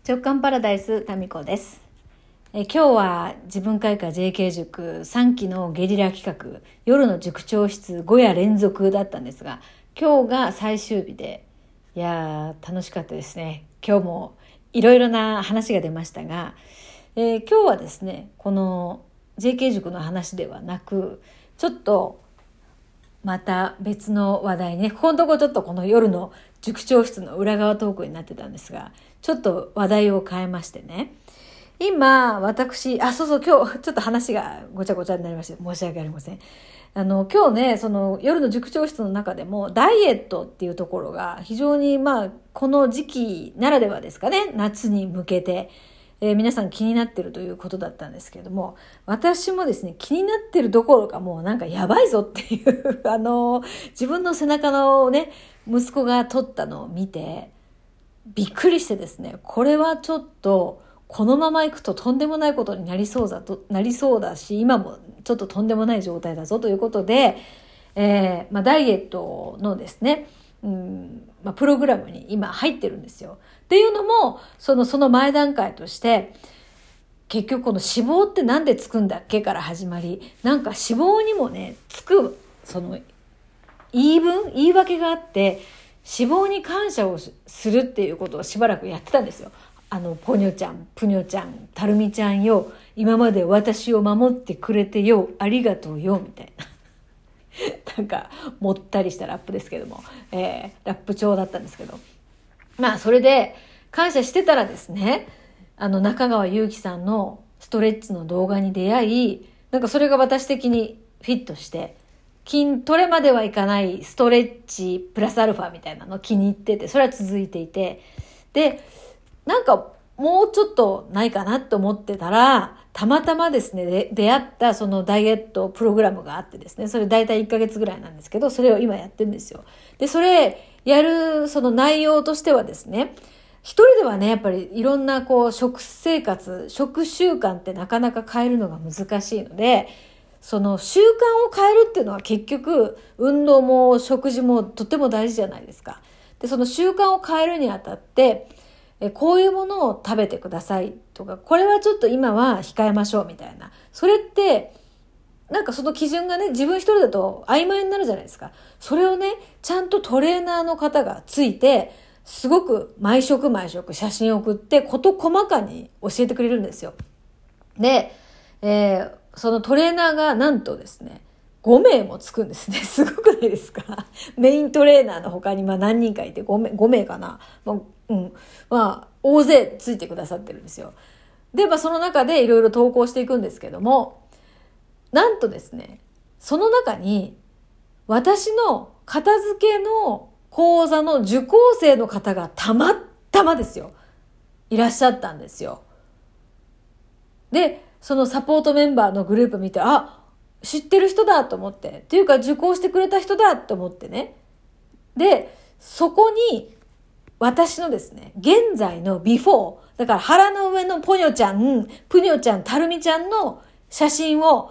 直感パラダイスタミコです。今日は自分開花 JK 塾3期のゲリラ企画夜の塾長室5夜連続だったんですが、今日が最終日で、いやー楽しかったですね。今日もいろいろな話が出ましたが、今日はですね、この JK 塾の話ではなく、ちょっとまた別の話題ね、ここのところちょっとこの夜の塾長室の裏側トークになってたんですが、ちょっと話題を変えましてね、今私今日ちょっと話がごちゃごちゃになりまして申し訳ありません。今日ね、その夜の塾長室の中でもダイエットっていうところが非常にこの時期ならではですかね、夏に向けて皆さん気になってるということだったんですけれども、私もですね、気になってるどころかもうなんかやばいぞっていう自分の背中のね、息子が撮ったのを見てびっくりしてですね、これはちょっとこのままいくととんでもないことになりそうだし、今もちょっととんでもない状態だぞということで、ダイエットのですね、プログラムに今入ってるんですよ。っていうのもその前段階として、結局この脂肪ってなんでつくんだっけから始まり、なんか脂肪にもねつくその言い訳があって、脂肪に感謝をするっていうことをしばらくやってたんですよ。ポニョちゃん、プニョちゃん、タルミちゃんよ、今まで私を守ってくれてよ、ありがとうよみたいななんかもったりしたラップですけども、ラップ調だったんですけど、それで感謝してたらですね、中川祐希さんのストレッチの動画に出会い、なんかそれが私的にフィットして、筋トレまではいかないストレッチプラスアルファみたいなの気に入ってて、それは続いていて、でなんかもうちょっとないかなと思ってたら、たまたまですね、出会ったそのダイエットプログラムがあってですね、それ大体1ヶ月ぐらいなんですけど、それを今やってるんですよ。で、それやるその内容としてはですね、一人ではね、やっぱりいろんな食生活、食習慣ってなかなか変えるのが難しいので、その習慣を変えるっていうのは結局運動も食事もとても大事じゃないですか。で、その習慣を変えるにあたって、こういうものを食べてくださいとか、これはちょっと今は控えましょうみたいな。それって、なんかその基準がね、自分一人だと曖昧になるじゃないですか。それをね、ちゃんとトレーナーの方がついて、すごく毎食写真を送って事細かに教えてくれるんですよ。で、そのトレーナーがなんとですね、5名もつくんですね。すごくないですか？メイントレーナーの他に何人かいて5名かな。大勢ついてくださってるんですよ。で、その中でいろいろ投稿していくんですけども、なんとですね、その中に私の片付けの講座の受講生の方がたまたまですよ、いらっしゃったんですよ。で、そのサポートメンバーのグループ見て、知ってる人だと思って、っていうか受講してくれた人だと思ってね。で、そこに私のですね、現在のビフォー、だから腹の上のポニョちゃん、プニョちゃん、タルミちゃんの写真を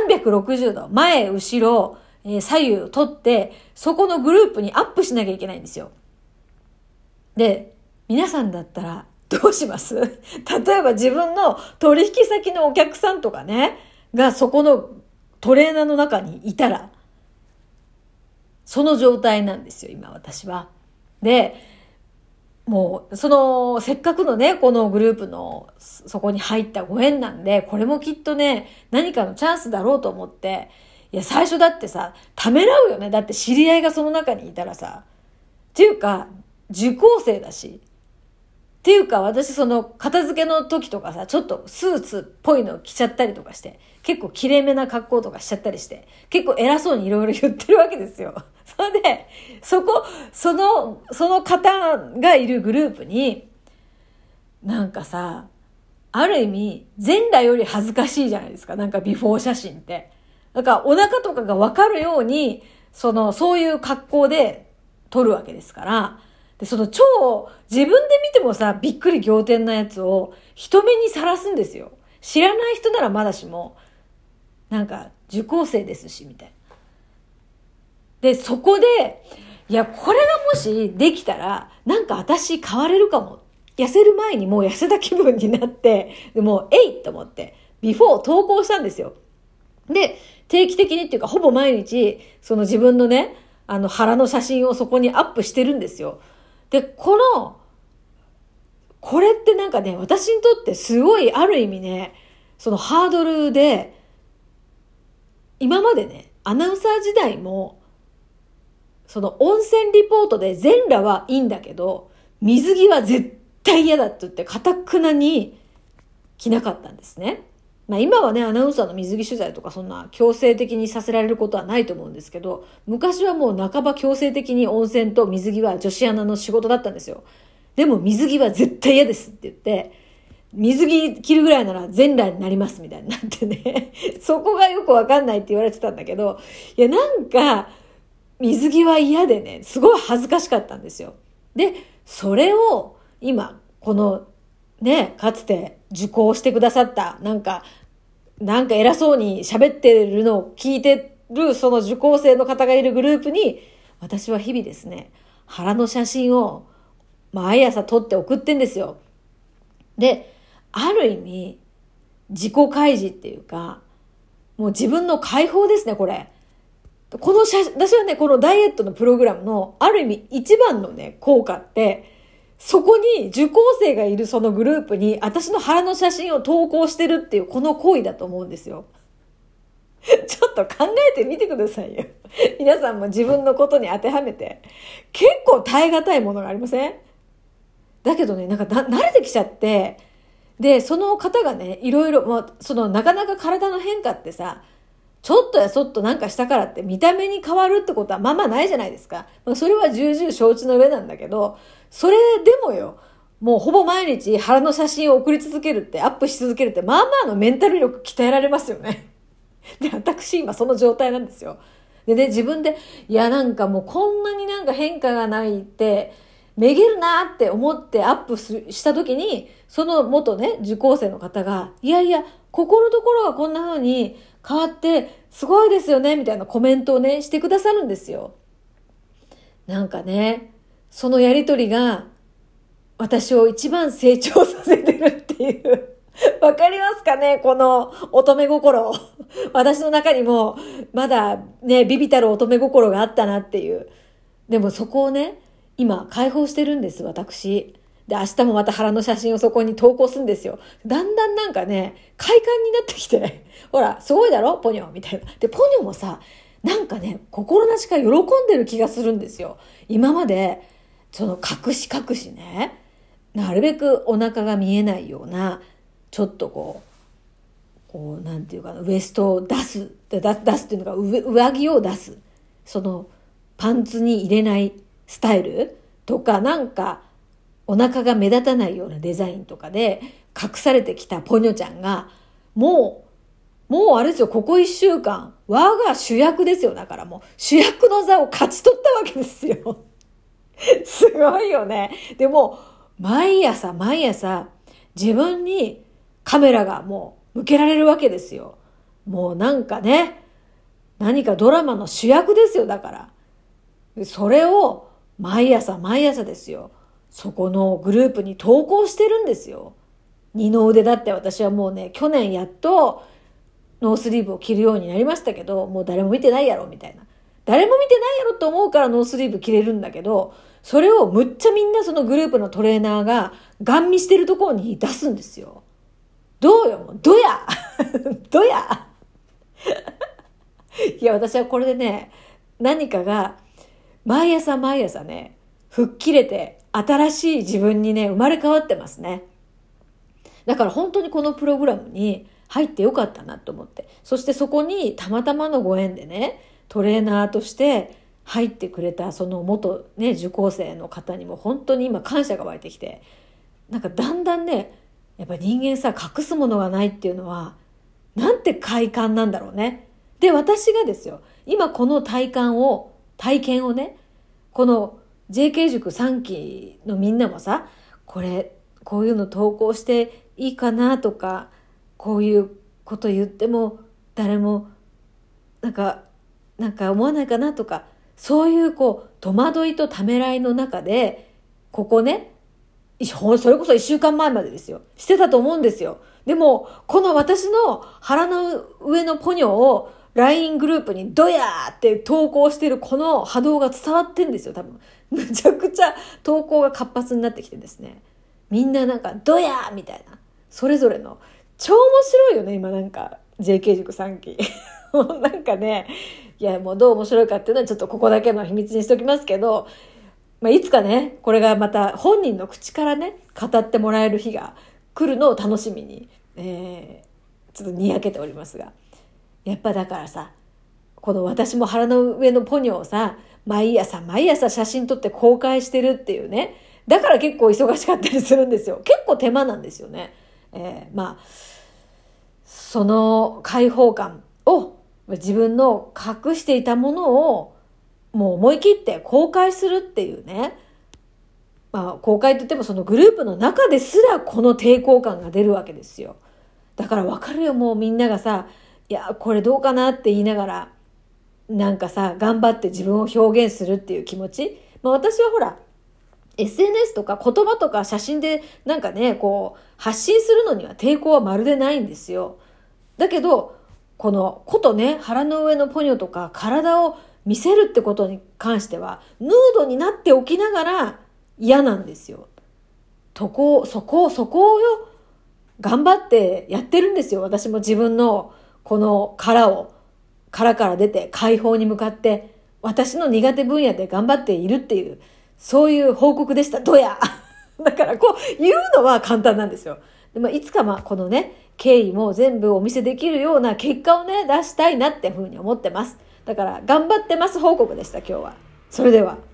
360度、前、後ろ、左右撮って、そこのグループにアップしなきゃいけないんですよ。で、皆さんだったらどうします？例えば自分の取引先のお客さんとかね、がそこのトレーナーの中にいたら、その状態なんですよ、今私は。で、もうせっかくのね、このグループのそこに入ったご縁なんで、これもきっとね、何かのチャンスだろうと思って、いや最初だってさ、ためらうよね。だって知り合いがその中にいたらさ、っていうか受講生だし、っていうか私その片付けの時とかさ、ちょっとスーツっぽいの着ちゃったりとかして、結構きれいめな格好とかしちゃったりして、結構偉そうにいろいろ言ってるわけですよ。それで、その方がいるグループに、なんかさ、ある意味、全裸より恥ずかしいじゃないですか。なんかビフォー写真って。だからお腹とかがわかるように、そういう格好で撮るわけですから、で、超自分で見てもさ、びっくり仰天なやつを人目にさらすんですよ。知らない人ならまだしも、なんか受講生ですし、みたいな。で、これがもしできたら、なんか私変われるかもっ痩せる前にもう痩せた気分になって、でもう、えいと思って、ビフォー投稿したんですよ。で、定期的にっていうか、ほぼ毎日、その自分のね、腹の写真をそこにアップしてるんですよ。で、これってなんかね、私にとってすごいある意味ね、そのハードルで、今までね、アナウンサー時代も、その温泉リポートで全裸はいいんだけど、水着は絶対嫌だって言って、堅くなに着なかったんですね。まあ今はね、アナウンサーの水着取材とかそんな強制的にさせられることはないと思うんですけど、昔はもう半ば強制的に温泉と水着は女子アナの仕事だったんですよ。でも水着は絶対嫌ですって言って、水着着るぐらいなら全裸になりますみたいになってね。そこがよくわかんないって言われてたんだけど、いやなんか水着は嫌でね、すごい恥ずかしかったんですよ。で、それを今、このね、かつて受講してくださった、なんか偉そうに喋ってるのを聞いてるその受講生の方がいるグループに、私は日々ですね、腹の写真を毎朝撮って送ってんですよ。で、ある意味、自己開示っていうか、もう自分の解放ですね、これ。私はね、このダイエットのプログラムの、ある意味一番のね、効果って、そこに受講生がいるそのグループに、私の腹の写真を投稿してるっていう、この行為だと思うんですよ。ちょっと考えてみてくださいよ。皆さんも自分のことに当てはめて。結構耐え難いものがありません？だけどね、慣れてきちゃって、で、その方がね、いろいろ、なかなか体の変化ってさ、ちょっとやそっとなんかしたからって見た目に変わるってことはまあまあないじゃないですか。それは重々承知の上なんだけど、それでもよ、もうほぼ毎日腹の写真を送り続けるって、アップし続けるって、まあまあのメンタル力鍛えられますよね。で、私今その状態なんですよ。でね、自分で、いやなんかもうこんなになんか変化がないって、めげるなって思ってアップした時に、その元ね、受講生の方が、いやいや、ここのところがこんな風に変わってすごいですよね、みたいなコメントをね、してくださるんですよ。なんかね、そのやりとりが、私を一番成長させてるっていう。わかりますかね、この乙女心。私の中にも、まだね、ビビたる乙女心があったなっていう。でもそこをね、今解放してるんです、私。で、明日もまた腹の写真をそこに投稿するんですよ。だんだんなんかね、快感になってきて、ほら、すごいだろポニョみたいな。で、ポニョもさ、なんかね、心なしか喜んでる気がするんですよ。今まで、その隠しね、なるべくお腹が見えないような、ちょっとなんていうかな、ウエストを出すっていうのが、上着を出す。その、パンツに入れないスタイルとか、なんか、お腹が目立たないようなデザインとかで隠されてきたポニョちゃんが、もうあれですよ、ここ一週間、我が主役ですよ。だからもう、主役の座を勝ち取ったわけですよ。すごいよね。でも、毎朝、自分にカメラがもう向けられるわけですよ。もうなんかね、何かドラマの主役ですよ、だから。それを毎朝ですよ。そこのグループに投稿してるんですよ。二の腕だって私はもうね、去年やっとノースリーブを着るようになりましたけど、もう誰も見てないやろみたいな。誰も見てないやろと思うからノースリーブ着れるんだけど、それをむっちゃみんなそのグループのトレーナーがガン見してるところに出すんですよ。どうよ、もう、どやどやいや、私はこれでね、何かが毎朝ね、吹っ切れて新しい自分にね、生まれ変わってますね。だから本当にこのプログラムに入ってよかったなと思って。そしてそこにたまたまのご縁でね、トレーナーとして入ってくれたその元ね、受講生の方にも本当に今感謝が湧いてきて、なんかだんだんね、やっぱ人間さ、隠すものがないっていうのは、なんて快感なんだろうね。で、私がですよ、今この体験をね、この JK 塾3期のみんなもさ、こういうの投稿していいかなとか、こういうこと言っても誰もなんか思わないかなとか、そういう戸惑いとためらいの中で、ここね、 それこそ1週間前までですよ。してたと思うんですよ。でも、この私の腹の上のポニョを LINE グループにドヤーって投稿してるこの波動が伝わってんですよ、多分。むちゃくちゃ投稿が活発になってきてですね。みんななんかドヤーみたいな。それぞれの。超面白いよね、今なんか。JK 塾3期。なんかね、いやもうどう面白いかっていうのはちょっとここだけの秘密にしときますけど、いつかね、これがまた本人の口からね、語ってもらえる日が来るのを楽しみに、ちょっとにやけておりますが。やっぱだからさ、この私も腹の上のポニョをさ、毎朝写真撮って公開してるっていうね。だから結構忙しかったりするんですよ。結構手間なんですよね。その解放感を自分の隠していたものをもう思い切って公開するっていうね。公開って言ってもそのグループの中ですらこの抵抗感が出るわけですよ。だからわかるよ、もうみんながさ、いや、これどうかなって言いながら、なんかさ、頑張って自分を表現するっていう気持ち。私はほら、SNS とか言葉とか写真でなんかね、こう、発信するのには抵抗はまるでないんですよ。だけど、このことね、腹の上のポニョとか体を見せるってことに関しては、ヌードになっておきながら嫌なんですよ。そこをよ、頑張ってやってるんですよ。私も自分のこの殻から出て解放に向かって、私の苦手分野で頑張っているっていう、そういう報告でした。どやだからこう言うのは簡単なんですよ。でもいつかこのね、経緯も全部お見せできるような結果をね、出したいなっていうふうに思ってます。だから頑張ってます報告でした、今日は。それでは。